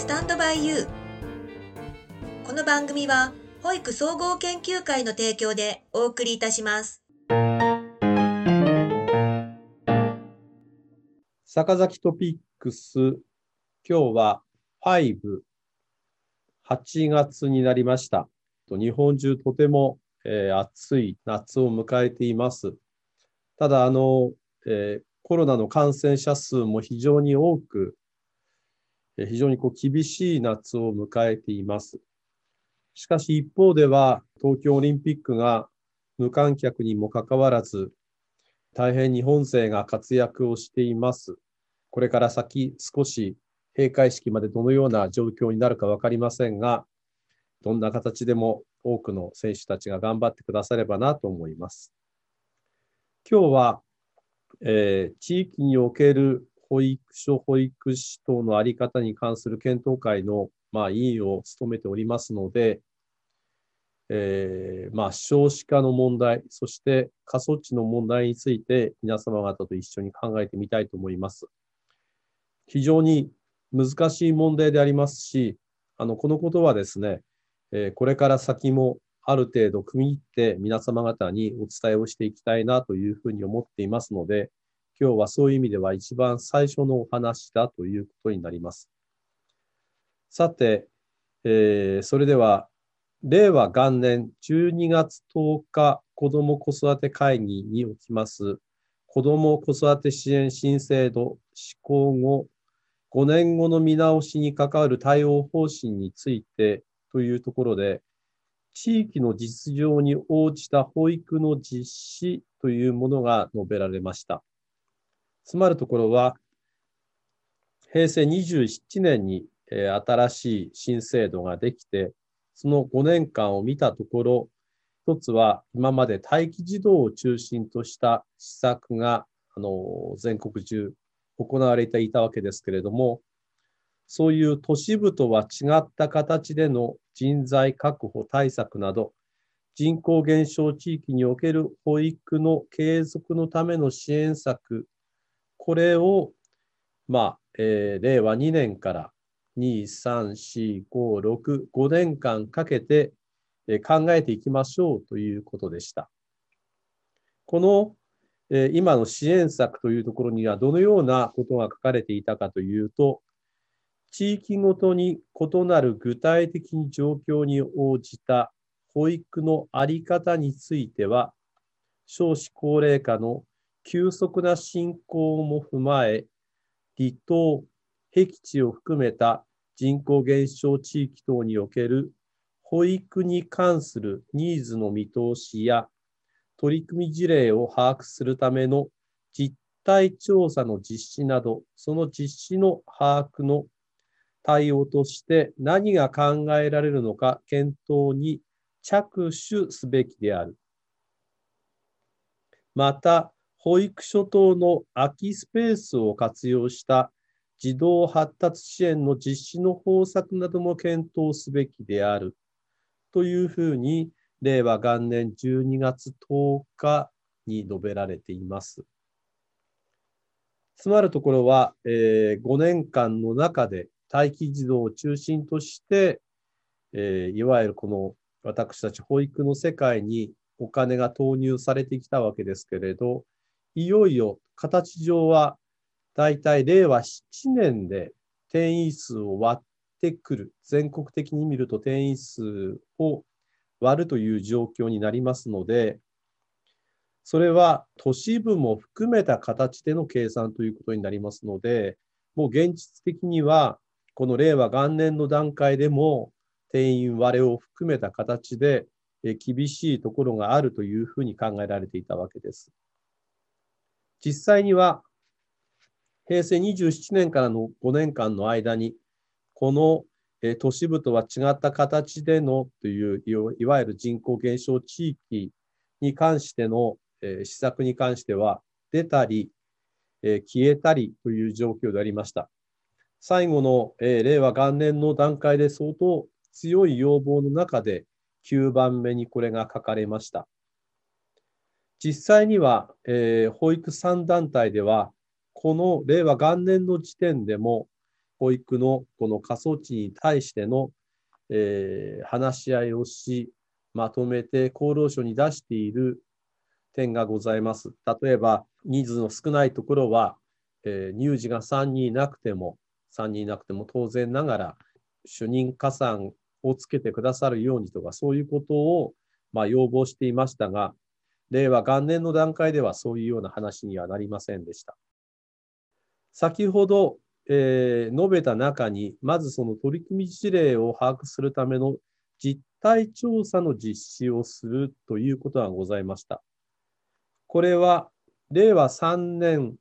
タンドバイユー。この番組は保育総合研究会の提供でお送りいたします。 坂崎トピックス、今日は5、8月になりました。日本中とても、暑い夏を迎えています。ただコロナの感染者数も非常に多く、非常に厳しい夏を迎えています。しかし一方では、東京オリンピックが無観客にもかかわらず、大変日本勢が活躍をしています。これから先少し閉会式までどのような状況になるか分かりませんが、どんな形でも多くの選手たちが頑張ってくださればなと思います。今日は、地域における保育所、保育士等の在り方に関する検討会の、委員を務めておりますので、少子化の問題、そして過疎地の問題について皆様方と一緒に考えてみたいと思います。非常に難しい問題でありますし、このことはですね、これから先もある程度区切って皆様方にお伝えをしていきたいなというふうに思っていますので、今日はそういう意味では一番最初のお話だということになります。さて、それでは令和元年12月10日子ども子育て会議におきます子ども子育て支援新制度施行後5年後の見直しに関わる対応方針についてというところで、地域の実情に応じた保育の実施というものが述べられました。つまるところは、平成27年に新しい新制度ができて、その5年間を見たところ、一つは今まで待機児童を中心とした施策が全国中行われていたわけですけれども、そういう都市部とは違った形での人材確保対策など、人口減少地域における保育の継続のための支援策、これを、令和2年から2、3、4、5、6、5年間かけて考えていきましょうということでした。この今の支援策というところにはどのようなことが書かれていたかというと、地域ごとに異なる具体的に状況に応じた保育の在り方については、少子高齢化の急速な進行も踏まえ、離島、僻地を含めた人口減少地域等における保育に関するニーズの見通しや取り組み事例を把握するための実態調査の実施など、その実施の把握の対応として何が考えられるのか検討に着手すべきである。また、保育所等の空きスペースを活用した児童発達支援の実施の方策なども検討すべきであるというふうに、令和元年12月10日に述べられています。つまるところは、5年間の中で待機児童を中心として、いわゆるこの私たち保育の世界にお金が投入されてきたわけですけれど、いよいよ形上はだいたい令和7年で定員数を割ってくる、全国的に見ると定員数を割るという状況になりますので、それは都市部も含めた形での計算ということになりますので、もう現実的にはこの令和元年の段階でも定員割れを含めた形で厳しいところがあるというふうに考えられていたわけです。実際には平成27年からの5年間の間に、この都市部とは違った形でのといういわゆる人口減少地域に関しての施策に関しては出たり消えたりという状況でありました。最後の令和元年の段階で相当強い要望の中で9番目にこれが書かれました。実際には保育3団体ではこの令和元年の時点でも保育のこの過疎地に対しての、話し合いをし、まとめて厚労省に出している点がございます。例えば、人数の少ないところは、乳児が3人いなくても当然ながら主任加算をつけてくださるようにとか、そういうことを要望していましたが、令和元年の段階ではそういうような話にはなりませんでした。先ほど、述べた中に、まずその取り組み事例を把握するための実態調査の実施をするということがございました。これは、令和3年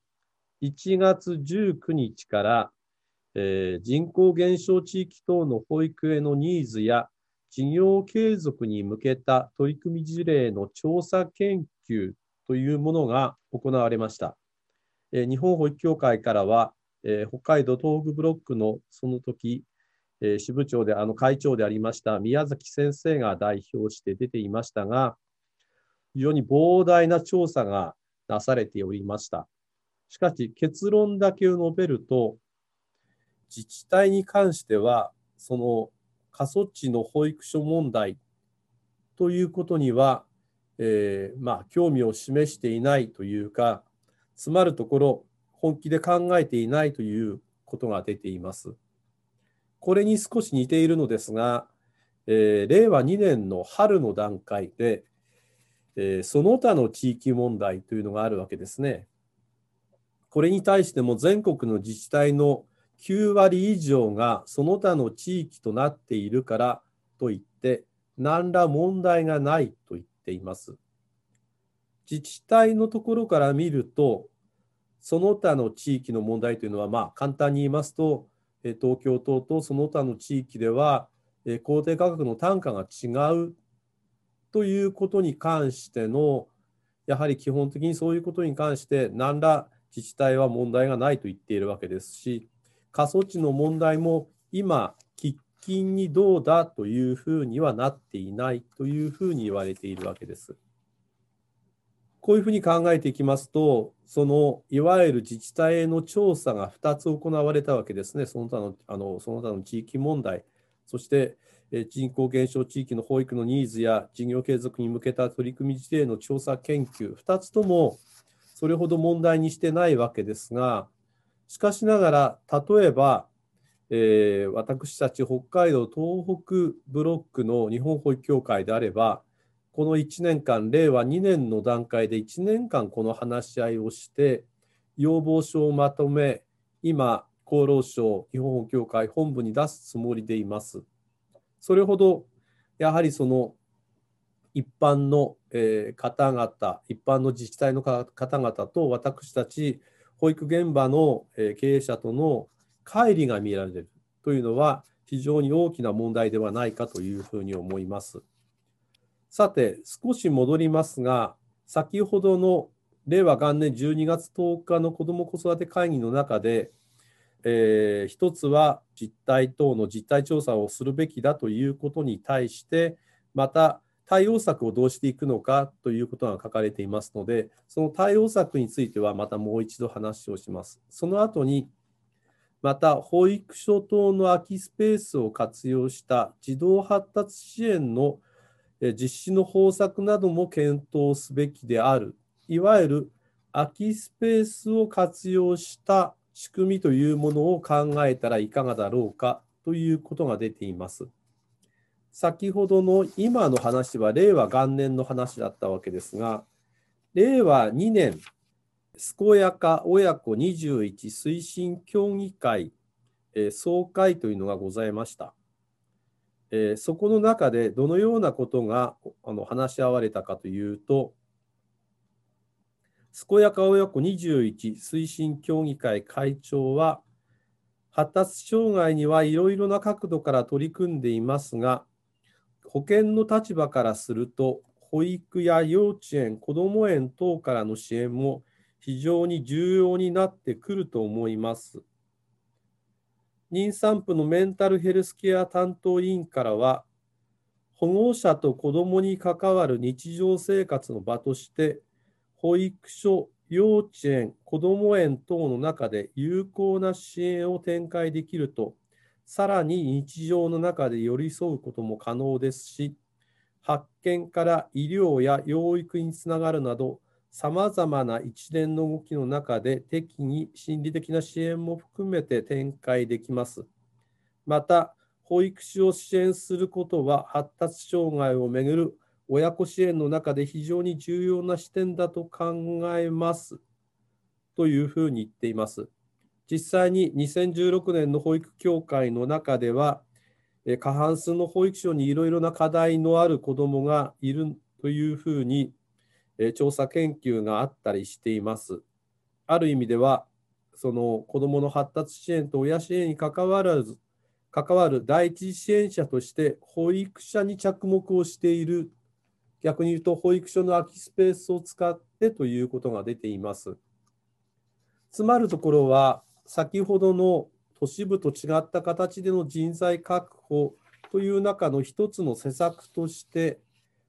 1月19日から、人口減少地域等の保育へのニーズや事業継続に向けた取り組み事例の調査研究というものが行われました。日本保育協会からは、北海道東北ブロックのその時、支部長で会長でありました宮崎先生が代表して出ていましたが、非常に膨大な調査がなされておりました。しかし結論だけを述べると、自治体に関しては、その過疎地の保育所問題ということには、興味を示していないというか、つまるところ、本気で考えていないということが出ています。これに少し似ているのですが、令和2年の春の段階で、その他の地域問題というのがあるわけですね。これに対しても全国の自治体の9割以上がその他の地域となっているからといって、何ら問題がないと言っています。自治体のところから見ると、その他の地域の問題というのは、簡単に言いますと、東京都とその他の地域では、公定価格の単価が違うということに関しての、やはり基本的にそういうことに関して、何ら自治体は問題がないと言っているわけですし、過疎地の問題も今、喫緊にどうだというふうにはなっていないというふうに言われているわけです。こういうふうに考えていきますと、そのいわゆる自治体への調査が2つ行われたわけですね、その他の地域問題、そして人口減少地域の保育のニーズや事業継続に向けた取り組み事例の調査研究、2つともそれほど問題にしてないわけですが、しかしながら、例えば、私たち北海道東北ブロックの日本保育協会であれば、この1年間、令和2年の段階で1年間この話し合いをして、要望書をまとめ、今、厚労省、日本保育協会本部に出すつもりでいます。それほど、やはりその一般の方々、一般の自治体の方々と私たち保育現場の経営者との乖離が見られるというのは非常に大きな問題ではないかというふうに思います。さて、少し戻りますが、先ほどの令和元年12月10日の子ども子育て会議の中で、一つは実態等の実態調査をするべきだということに対して、また対応策をどうしていくのかということが書かれていますので、その対応策についてはまたもう一度話をします。その後に、また保育所等の空きスペースを活用した児童発達支援の実施の方策なども検討すべきである。いわゆる空きスペースを活用した仕組みというものを考えたらいかがだろうかということが出ています。先ほどの今の話は令和元年の話だったわけですが、令和2年、健やか親子21推進協議会、総会というのがございました。そこの中でどのようなことが話し合われたかというと、健やか親子21推進協議会会長は、発達障害にはいろいろな角度から取り組んでいますが、保健の立場からすると、保育や幼稚園、こども園等からの支援も非常に重要になってくると思います。妊産婦のメンタルヘルスケア担当委員からは、保護者と子どもに関わる日常生活の場として、保育所、 幼稚園、こども園等の中で有効な支援を展開できると、さらに日常の中で寄り添うことも可能ですし、発見から医療や養育につながるなど、さまざまな一連の動きの中で適宜心理的な支援も含めて展開できます。また、保育士を支援することは発達障害をめぐる親子支援の中で非常に重要な視点だと考えますというふうに言っています。実際に2016年の保育協会の中では、過半数の保育所にいろいろな課題のある子どもがいるというふうに調査研究があったりしています。ある意味では、その子どもの発達支援と親支援に関わる第一次支援者として保育者に着目をしている。逆に言うと保育所の空きスペースを使ってということが出ています。つまるところは、先ほどの都市部と違った形での人材確保という中の一つの施策として、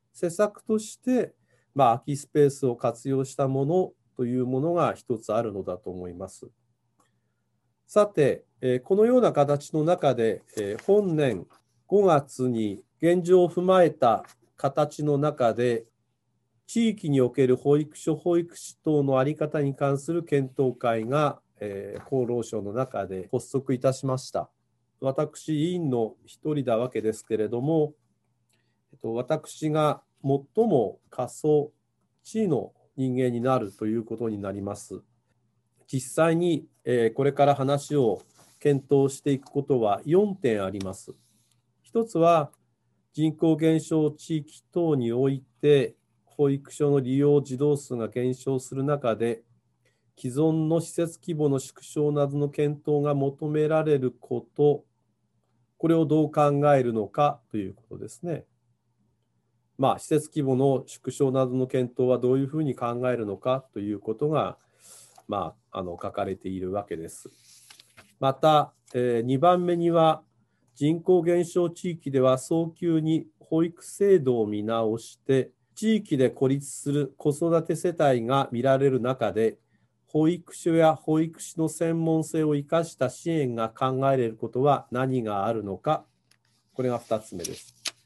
空きスペースを活用したものというものが一つあるのだと思います。さて、このような形の中で、本年5月に現状を踏まえた形の中で、地域における保育所、保育士等の在り方に関する検討会が、厚労省の中で発足いたしました。私、委員の一人なわけですけれども、私が最も過疎地の人間になるということになります。実際に、これから話を検討していくことは4点あります。一つは、人口減少地域等において、保育所の利用児童数が減少する中で、既存の施設規模の縮小などの検討が求められること、これをどう考えるのかということですね。施設規模の縮小などの検討はどういうふうに考えるのかということが、書かれているわけです。また、2番目には、人口減少地域では早急に保育制度を見直して、地域で孤立する子育て世帯が見られる中で、保育所や保育士の専門性を生かした支援が考えられることは何があるのか、これが2つ目です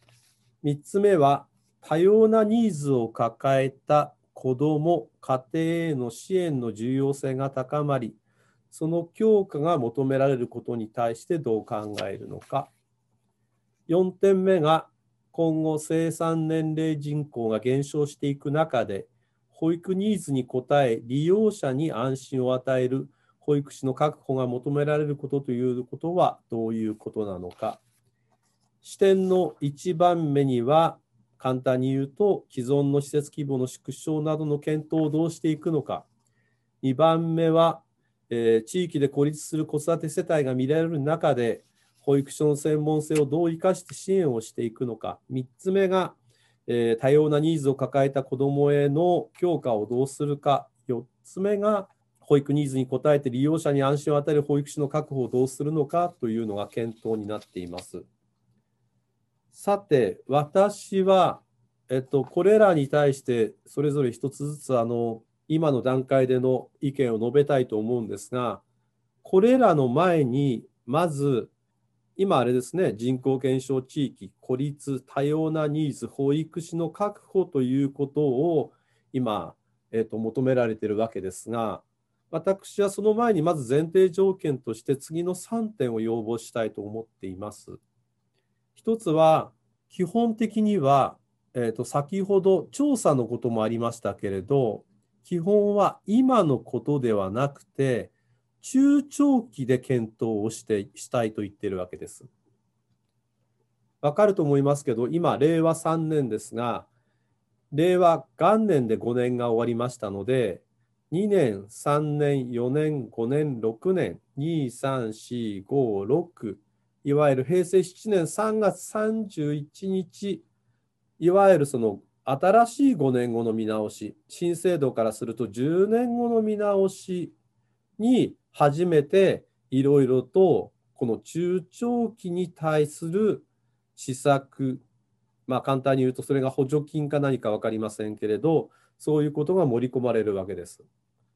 。3つ目は、多様なニーズを抱えた子ども、家庭への支援の重要性が高まり、その強化が求められることに対してどう考えるのか。4点目が、今後生産年齢人口が減少していく中で、保育ニーズに応え、利用者に安心を与える保育士の確保が求められることということはどういうことなのか。視点の1番目には、簡単に言うと、既存の施設規模の縮小などの検討をどうしていくのか。2番目は、地域で孤立する子育て世帯が見られる中で、保育所の専門性をどう生かして支援をしていくのか。3つ目が、多様なニーズを抱えた子どもへの強化をどうするか。4つ目が、保育ニーズに応えて利用者に安心を与える保育士の確保をどうするのかというのが検討になっています。さて、私は、これらに対してそれぞれ一つずつ今の段階での意見を述べたいと思うんですが、これらの前に、まず、今あれですね、人口減少地域、孤立、多様なニーズ、保育士の確保ということを今、求められているわけですが、私はその前にまず前提条件として次の3点を要望したいと思っています。一つは、基本的には、先ほど調査のこともありましたけれど、基本は今のことではなくて、中長期で検討をしたいと言っているわけです。わかると思いますけど、今、令和3年ですが、令和元年で5年が終わりましたので、2年、3年、4年、5年、6年、2、3、4、5、6、いわゆる平成7年3月31日、いわゆるその新しい5年後の見直し、新制度からすると10年後の見直しに初めていろいろとこの中長期に対する施策、簡単に言うとそれが補助金か何か分かりませんけれど、そういうことが盛り込まれるわけです。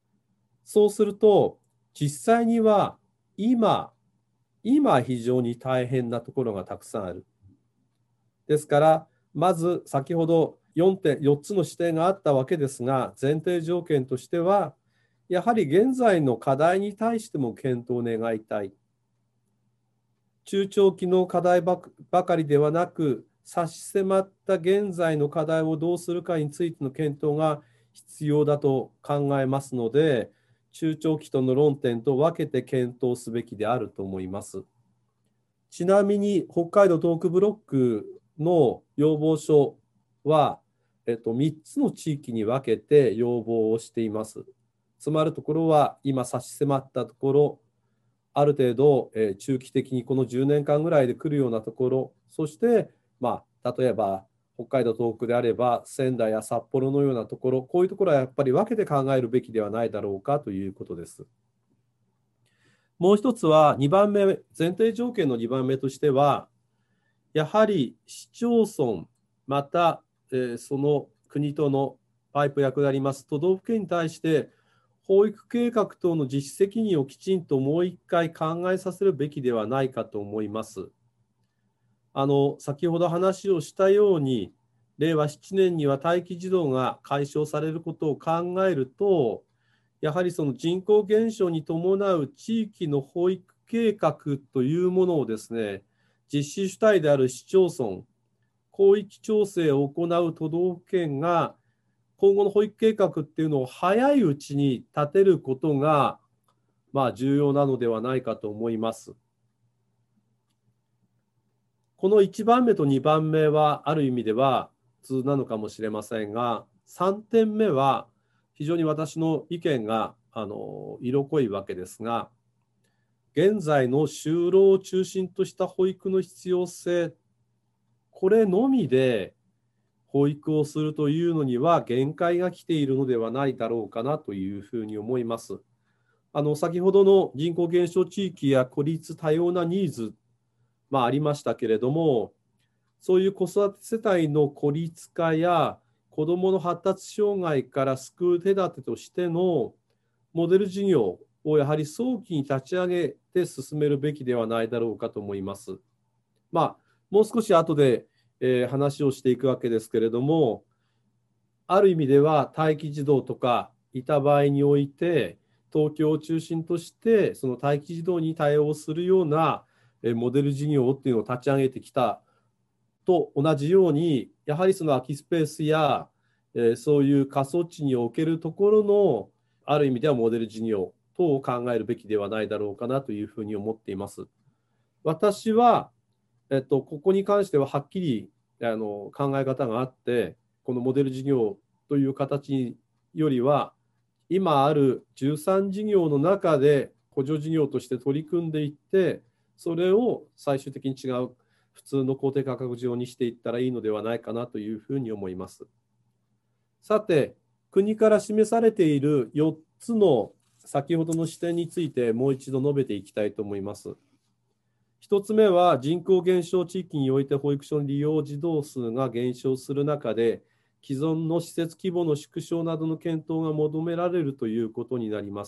そうすると、実際には今非常に大変なところがたくさんある。ですから、まず先ほど4つの視点があったわけですが、前提条件としては、やはり現在の課題に対しても検討を願いたい。中長期の課題ばかりではなく、差し迫った現在の課題をどうするかについての検討が必要だと考えますので、中長期との論点と分けて検討すべきであると思います。ちなみに北海道東北ブロックの要望書は、3つの地域に分けて要望をしています。つまるところは、今差し迫ったところ、ある程度、中期的にこの10年間ぐらいで来るようなところ、そして、例えば北海道東北であれば仙台や札幌のようなところ、こういうところはやっぱり分けて考えるべきではないだろうかということです。もう一つは2番目、前提条件の2番目としては、やはり市町村、また、その国とのパイプ役であります都道府県に対して、保育計画等の実施責任をきちんともう一回考えさせるべきではないかと思います。先ほど話をしたように、令和7年には待機児童が解消されることを考えると、やはりその人口減少に伴う地域の保育計画というものをですね、実施主体である市町村、広域調整を行う都道府県が、今後の保育計画っていうのを早いうちに立てることが、重要なのではないかと思います。この1番目と2番目はある意味では普通なのかもしれませんが、3点目は非常に私の意見が色濃いわけですが、現在の就労を中心とした保育の必要性、これのみで保育をするというのには限界が来ているのではないだろうかなというふうに思います。先ほどの人口減少地域や孤立多様なニーズ、ありましたけれども、そういう子育て世帯の孤立化や子どもの発達障害から救う手立てとしてのモデル事業をやはり早期に立ち上げて進めるべきではないだろうかと思います。もう少し後で、話をしていくわけですけれども、ある意味では待機児童とかいた場合において、東京を中心としてその待機児童に対応するようなモデル事業っていうのを立ち上げてきたと同じように、やはりその空きスペースや、そういう過疎地におけるところのある意味ではモデル事業等を考えるべきではないだろうかなというふうに思っています。私は、ここに関してははっきり考え方があって、このモデル事業という形よりは、今ある13事業の中で補助事業として取り組んでいって、それを最終的に違う普通の公定価格上にしていったらいいのではないかなというふうに思います。さて、国から示されている4つの先ほどの視点についてもう一度述べていきたいと思います。1つ目は人口減少地域において保育所の利用児童数が減少する中で、既存の施設規模の縮小などの検討が求められるということになります。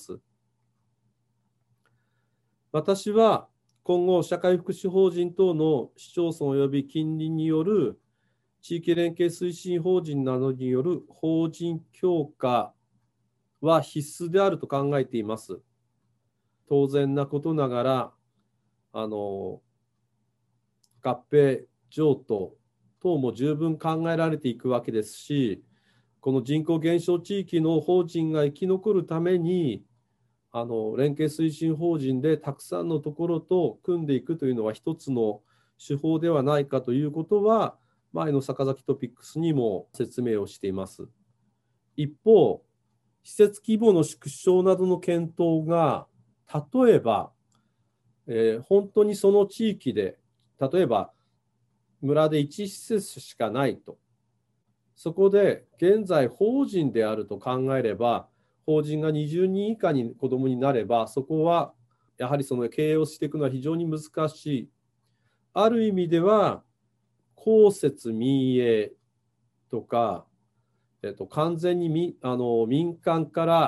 私は今後、社会福祉法人等の市町村及び近隣による地域連携推進法人などによる法人強化は必須であると考えています。当然なことながら、合併、譲渡等も十分考えられていくわけですし、この人口減少地域の法人が生き残るために、連携推進法人でたくさんのところと組んでいくというのは一つの手法ではないかということは、前の坂崎トピックスにも説明をしています。一方、施設規模の縮小などの検討が、例えば、本当にその地域で、例えば村で1施設しかないと、そこで現在法人であると考えれば、法人が20人以下に子どもになれば、そこはやはりその経営をしていくのは非常に難しい。ある意味では、公設民営とか、完全に民間から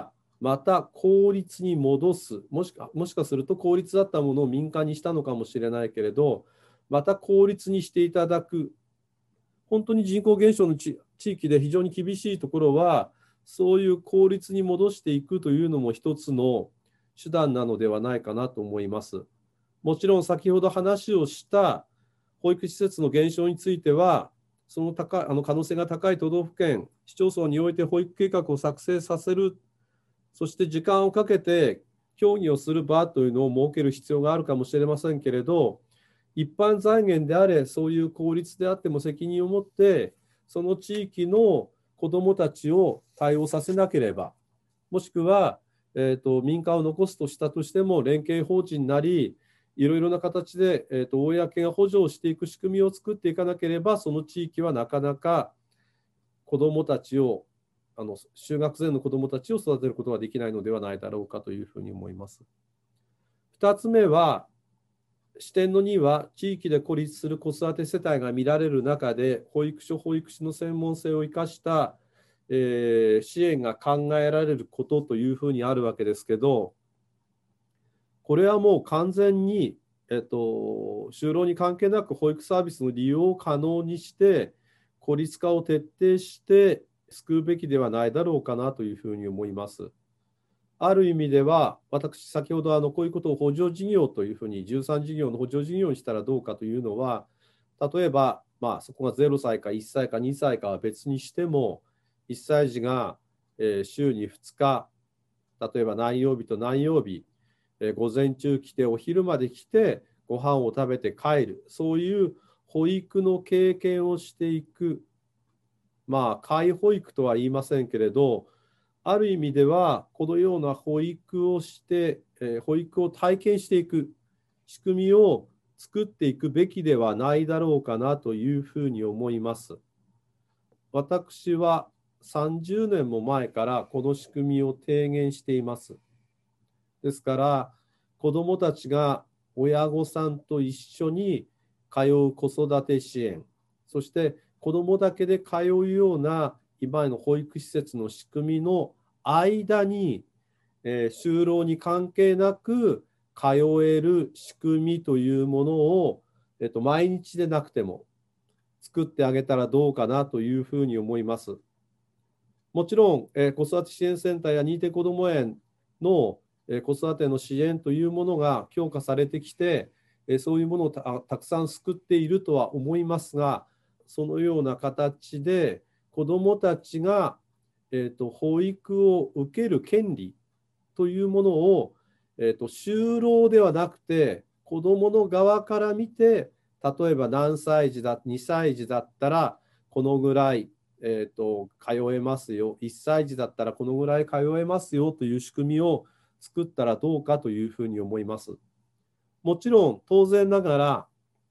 また公立に戻す、もしかすると公立だったものを民間にしたのかもしれないけれど、また公立にしていただく、本当に人口減少の地域で非常に厳しいところは、そういう公立に戻していくというのも一つの手段なのではないかなと思います。もちろん先ほど話をした保育施設の減少については、その可能性が高い都道府県、市町村において保育計画を作成させる、そして時間をかけて協議をする場というのを設ける必要があるかもしれませんけれど、一般財源であれ、そういう公立であっても責任を持って、その地域の子どもたちを対応させなければ、もしくは、民間を残すとしたとしても、連携法人なり、いろいろな形で、公が補助をしていく仕組みを作っていかなければ、その地域はなかなか子どもたちを、就学前の子どもたちを育てることができないのではないだろうかというふうに思います。2つ目は、視点の2は、地域で孤立する子育て世帯が見られる中で、保育所、保育士の専門性を生かした、支援が考えられることというふうにあるわけですけど、これはもう完全に、就労に関係なく保育サービスの利用を可能にして、孤立化を徹底して救うべきではないだろうかなというふうに思います。ある意味では、私、先ほどこういうことを補助事業というふうに、13事業の補助事業にしたらどうかというのは、例えば、そこが0歳か1歳か2歳かは別にしても、1歳児が週に2日、例えば何曜日と何曜日、午前中来て、お昼まで来て、ご飯を食べて帰る、そういう保育の経験をしていく、皆保育とは言いませんけれど、ある意味では、このような保育をして、保育を体験していく仕組みを作っていくべきではないだろうかなというふうに思います。私は30年も前からこの仕組みを提言しています。ですから、子どもたちが親御さんと一緒に通う子育て支援、そして子どもだけで通うような今の保育施設の仕組みの間に、就労に関係なく通える仕組みというものを、毎日でなくても作ってあげたらどうかなというふうに思います。もちろん、子育て支援センターや認定こども園の子育ての支援というものが強化されてきて、そういうものをたくさん救っているとは思いますが、そのような形で子どもたちが、保育を受ける権利というものを、就労ではなくて、子どもの側から見て、例えば何歳児だ、2歳児だったら、このぐらい、通えますよ、1歳児だったらこのぐらい通えますよという仕組みを作ったらどうかというふうに思います。もちろん、当然ながら、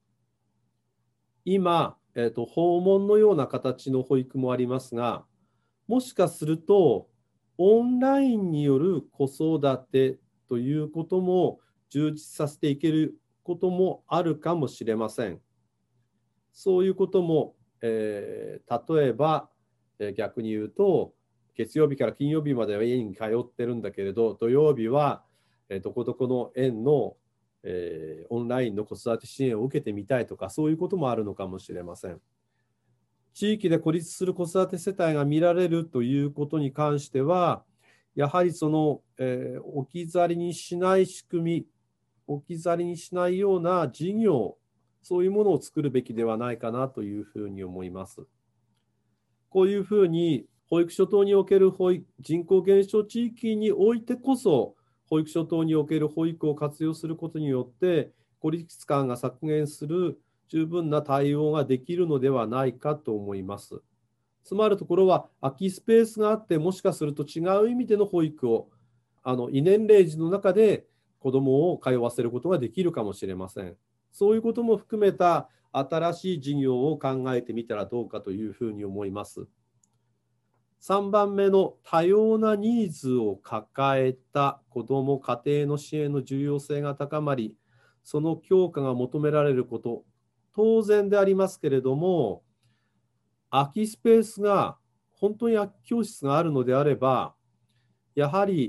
今、訪問のような形の保育もありますが、もしかすると、オンラインによる子育てということも充実させていけることもあるかもしれません。そういうことも、例えば、逆に言うと、月曜日から金曜日までは園に通ってるんだけれど、土曜日は、どこどこの園の、オンラインの子育て支援を受けてみたいとか、そういうこともあるのかもしれません。地域で孤立する子育て世帯が見られるということに関しては、やはりその、置き去りにしない仕組み、置き去りにしないような事業、そういうものを作るべきではないかなというふうに思います。こういうふうに保育所等における人口減少地域においてこそ、保育所等における保育を活用することによって、孤立感が削減する十分な対応ができるのではないかと思います。つまるところは、空きスペースがあって、もしかすると違う意味での保育を、異年齢児の中で子どもを通わせることができるかもしれません。そういうことも含めた新しい事業を考えてみたらどうかというふうに思います。3番目の多様なニーズを抱えた子ども家庭の支援の重要性が高まり、その強化が求められること、当然でありますけれども、空きスペースが本当に空き教室があるのであれば、やはり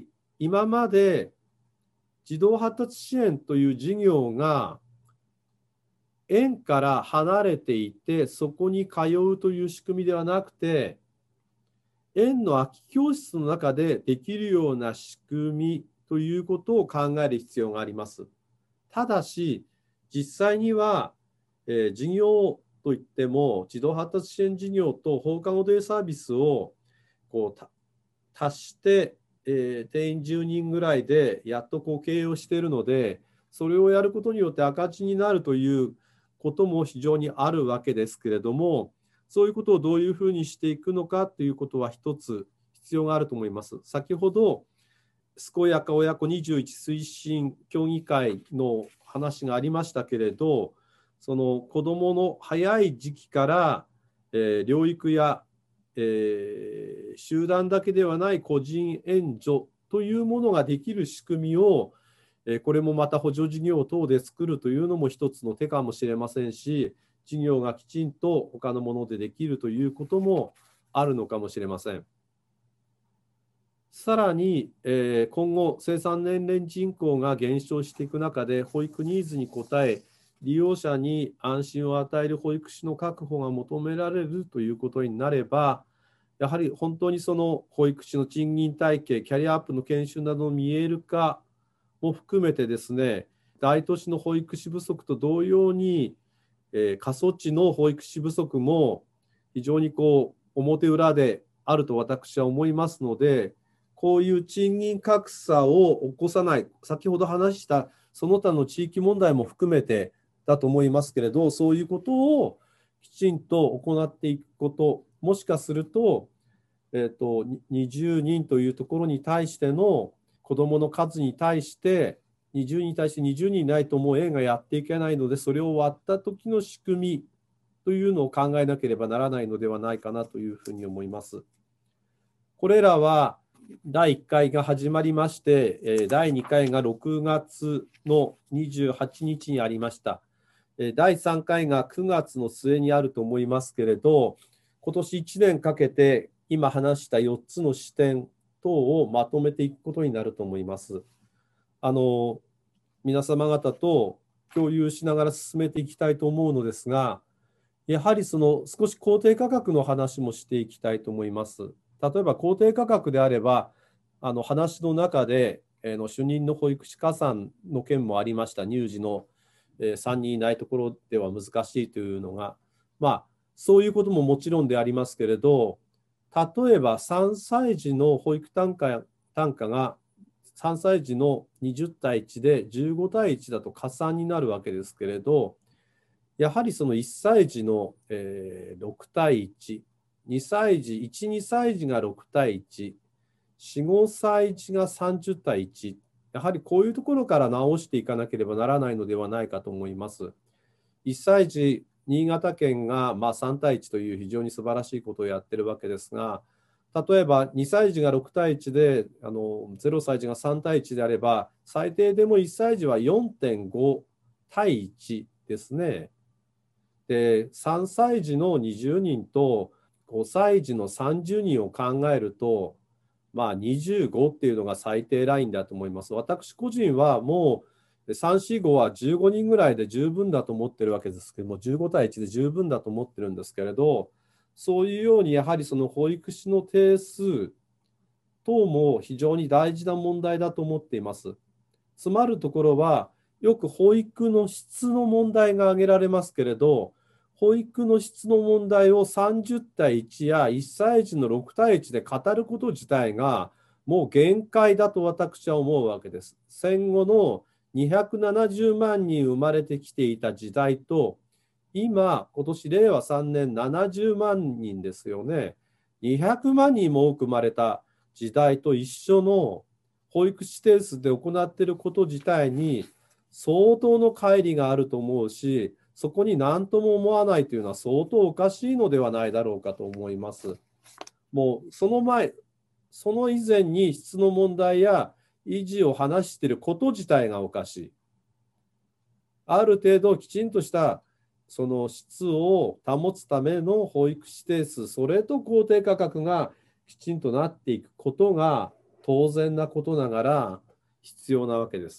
今まで児童発達支援という事業が園から離れていて、そこに通うという仕組みではなくて、園の空き教室の中でできるような仕組みということを考える必要があります。ただし、実際には、事業といっても、児童発達支援事業と放課後デイサービスを足して、定員10人ぐらいでやっと経営をしているので、それをやることによって赤字になるということも非常にあるわけですけれども、そういうことをどういうふうにしていくのかということは一つ必要があると思います。先ほど、健やか親子21推進協議会の話がありましたけれど、その子どもの早い時期から、療育や、集団だけではない個人援助というものができる仕組みを、これもまた補助事業等で作るというのも一つの手かもしれませんし、事業がきちんと他のものでできるということもあるのかもしれません。さらに、今後、生産年齢人口が減少していく中で、保育ニーズに応え、利用者に安心を与える保育士の確保が求められるということになれば、やはり本当にその保育士の賃金体系、キャリアアップの研修などの見える化も含めてですね、大都市の保育士不足と同様に、過疎地の保育士不足も非常に表裏であると私は思いますので、こういう賃金格差を起こさない、先ほど話したその他の地域問題も含めてだと思いますけれど、そういうことをきちんと行っていくこと、もしかすると、20人というところに対しての子どもの数に対して、20人に対して20人いないともう園がやっていけないので、それを割った時の仕組みというのを考えなければならないのではないかなというふうに思います。これらは第1回が始まりまして、第2回が6月の28日にありました。第3回が9月の末にあると思いますけれど、今年1年かけて今話した4つの視点等をまとめていくことになると思います。皆様方と共有しながら進めていきたいと思うのですが、やはりその少し公定価格の話もしていきたいと思います。例えば公定価格であれば、話の中で、主任の保育士加算の件もありました。乳児の、3人いないところでは難しいというのが、そういうことももちろんでありますけれど、例えば3歳児の保育単価が3歳児の20対1で15対1だと加算になるわけですけれど、やはりその1歳児の6対1、2歳児、1、2歳児が6対1、4、5歳児が30対1、やはりこういうところから直していかなければならないのではないかと思います。1歳児、新潟県が3対1という非常に素晴らしいことをやってるわけですが、例えば2歳児が6対1で、0歳児が3対1であれば、最低でも1歳児は4.5対1ですね。で、3歳児の20人と5歳児の30人を考えると、25っていうのが最低ラインだと思います。私個人はもう3、4、5は15人ぐらいで十分だと思ってるわけですけども、15対1で十分だと思ってるんですけれど、そういうようにやはりその保育士の定数等も非常に大事な問題だと思っています。つまるところは、よく保育の質の問題が挙げられますけれど、保育の質の問題を30対1や1歳児の6対1で語ること自体がもう限界だと私は思うわけです。戦後の270万人生まれてきていた時代と、今年令和3年70万人ですよね。200万人も多く生まれた時代と一緒の保育士定数で行っていること自体に相当の乖離があると思うし、そこに何とも思わないというのは相当おかしいのではないだろうかと思います。もうその前、その以前に質の問題や維持を話していること自体がおかしい。ある程度きちんとしたその質を保つための保育士定数、それと公定価格がきちんとなっていくことが当然なことながら必要なわけです。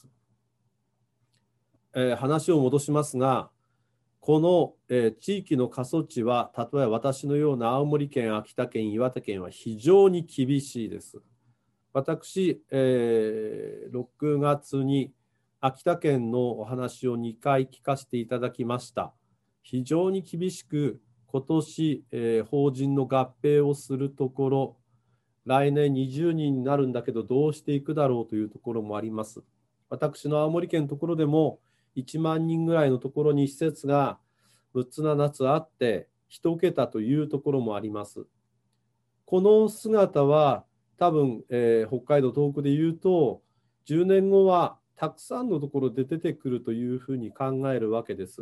話を戻しますが、この、地域の過疎地は、例えば私のような青森県、秋田県、岩手県は非常に厳しいです。私、6月に秋田県のお話を2回聞かせていただきました。非常に厳しく、今年、法人の合併をするところ、来年20人になるんだけど、どうしていくだろうというところもあります。私の青森県のところでも、1万人ぐらいのところに施設が6つ7つあって、1桁というところもあります。この姿は、多分、北海道、東北でいうと、10年後はたくさんのところで出てくるというふうに考えるわけです。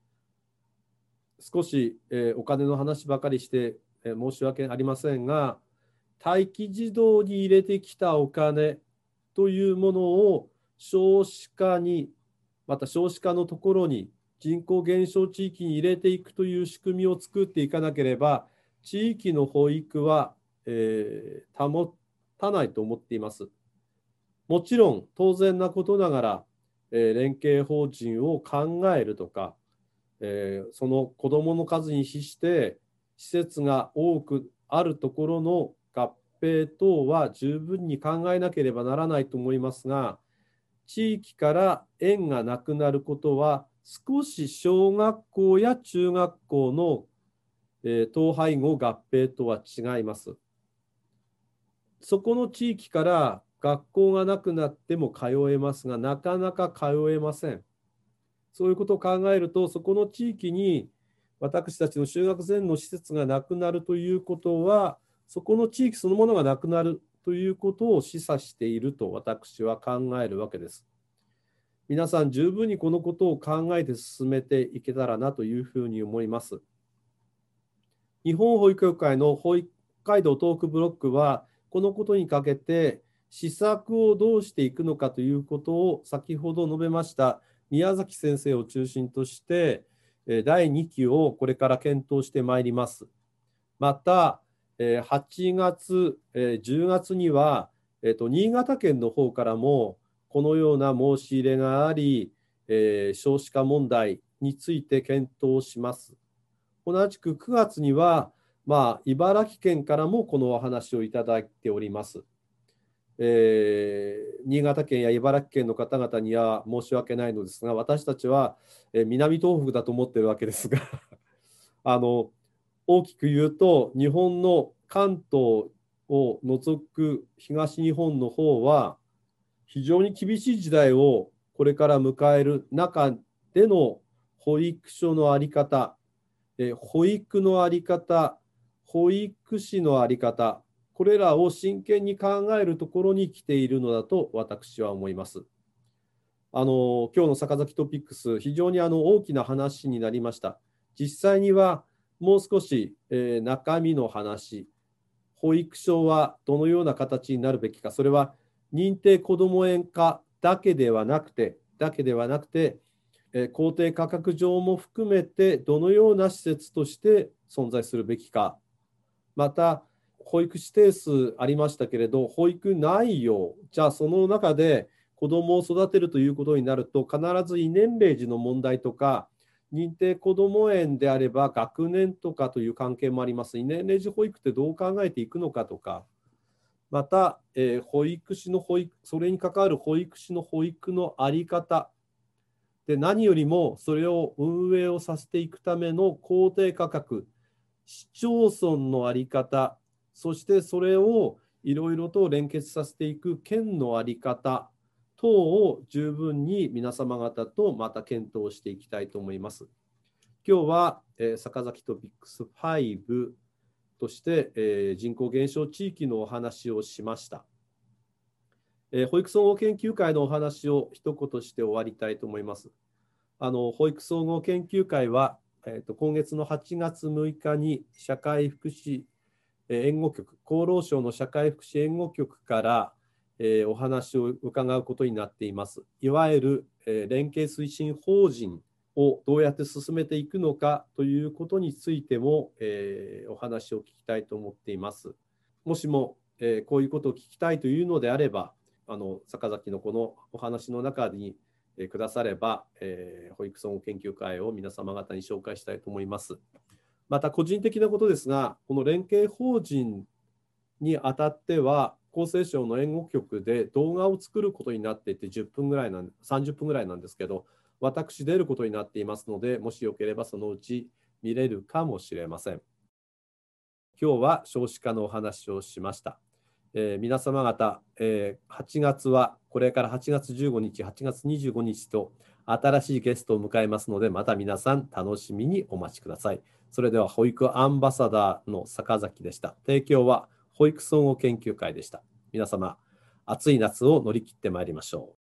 少し、お金の話ばかりして、申し訳ありませんが、待機児童に入れてきたお金というものを少子化に、また少子化のところに人口減少地域に入れていくという仕組みを作っていかなければ、地域の保育は、保たないと思っています。もちろん当然なことながら、連携法人を考えるとか、その子どもの数に比して施設が多くあるところの合併等は十分に考えなければならないと思いますが、地域から縁がなくなることは少し小学校や中学校の統廃合合併とは違います。そこの地域から学校がなくなっても通えますが、なかなか通えません。そういうことを考えると、そこの地域に私たちの就学前の施設がなくなるということは、そこの地域そのものがなくなるということを示唆していると私は考えるわけです。皆さん十分にこのことを考えて進めていけたらなというふうに思います。日本保育協会の北海道東北ブロックは、このことにかけて施策をどうしていくのかということを先ほど述べました宮崎先生を中心として第2期をこれから検討してまいります。また8月、10月には新潟県の方からもこのような申し入れがあり、少子化問題について検討します。同じく9月には、茨城県からもこのお話をいただいております。新潟県や茨城県の方々には申し訳ないのですが、私たちは南東北だと思っているわけですが大きく言うと、日本の関東を除く東日本の方は、非常に厳しい時代をこれから迎える中での保育所の在り方、保育の在り方、保育士の在り方、これらを真剣に考えるところに来ているのだと私は思います。今日の坂崎トピックス、非常に大きな話になりました。実際にはもう少し、中身の話、保育所はどのような形になるべきか、それは認定こども園化だけではなくて、公定価格上も含めてどのような施設として存在するべきか、また保育士定数ありましたけれど、保育内容、じゃあその中で子どもを育てるということになると、必ず異年齢児の問題とか、認定こども園であれば学年とかという関係もあります。異年齢児保育ってどう考えていくのかとか、また、保育士の保育、それに関わる保育士の保育の在り方、で何よりもそれを運営をさせていくための公定価格、市町村の在り方、そしてそれをいろいろと連結させていく県の在り方等を十分に皆様方とまた検討していきたいと思います。今日は坂崎トピックス5として人口減少地域のお話をしました。保育総合研究会のお話を一言して終わりたいと思います。保育総合研究会は、今月の8月6日に社会福祉援護局、厚労省の社会福祉援護局から、お話を伺うことになっています。いわゆる、連携推進法人をどうやって進めていくのかということについても、お話を聞きたいと思っています。もしもこういうことを聞きたいというのであれば、坂崎のこのお話の中にくだされば、保育総合研究会を皆様方に紹介したいと思います。また個人的なことですが、この連携法人にあたっては、厚生省の援護局で動画を作ることになっていて、30分ぐらいなんですけど、私出ることになっていますので、もしよければそのうち見れるかもしれません。今日は少子化のお話をしました。皆様方、8月はこれから8月15日、8月25日と新しいゲストを迎えますので、また皆さん楽しみにお待ちください。それでは保育アンバサダーの坂崎でした。提供は保育総合研究会でした。皆様、暑い夏を乗り切ってまいりましょう。